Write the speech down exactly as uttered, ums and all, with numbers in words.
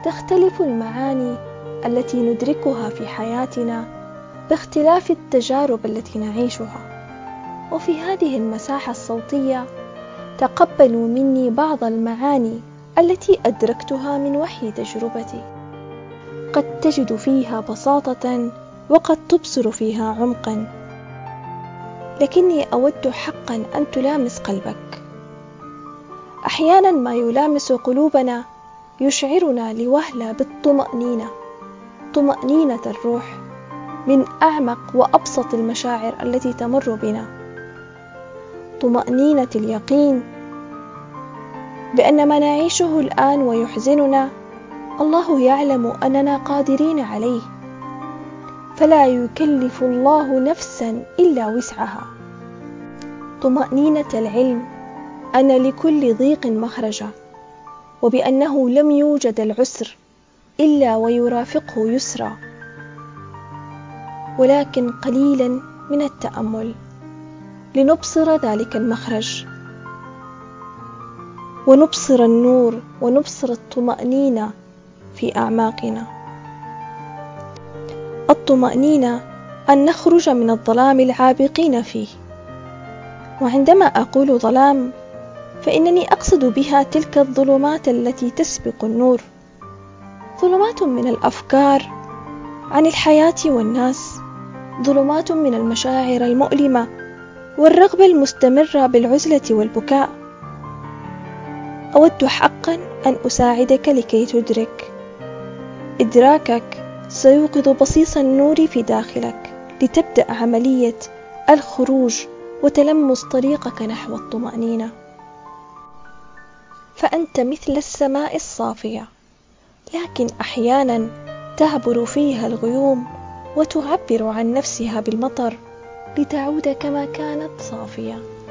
تختلف المعاني التي ندركها في حياتنا باختلاف التجارب التي نعيشها. وفي هذه المساحة الصوتية تقبلوا مني بعض المعاني التي أدركتها من وحي تجربتي، قد تجد فيها بساطة وقد تبصر فيها عمقا، لكني أود حقا أن تلامس قلبك. أحيانا ما يلامس قلوبنا يشعرنا لوهلة بالطمأنينة، طمأنينة الروح من أعمق وأبسط المشاعر التي تمر بنا، طمأنينة اليقين بأن ما نعيشه الآن ويحزننا الله يعلم أننا قادرين عليه، فلا يكلف الله نفسا إلا وسعها. طمأنينة العلم أن لكل ضيق مخرجا، وبأنه لم يوجد العسر إلا ويرافقه يسرا، ولكن قليلا من التأمل لنبصر ذلك المخرج ونبصر النور ونبصر الطمأنينة في أعماقنا. الطمأنينة أن نخرج من الظلام العابقين فيه، وعندما أقول ظلام فإنني أقصد بها تلك الظلمات التي تسبق النور، ظلمات من الأفكار عن الحياة والناس، ظلمات من المشاعر المؤلمة والرغبة المستمرة بالعزلة والبكاء. أود حقا أن أساعدك لكي تدرك. إدراكك سيوقظ بصيص النور في داخلك لتبدأ عملية الخروج وتلمس طريقك نحو الطمأنينة. فأنت مثل السماء الصافية، لكن أحيانا تعبر فيها الغيوم وتعبر عن نفسها بالمطر لتعود كما كانت صافية.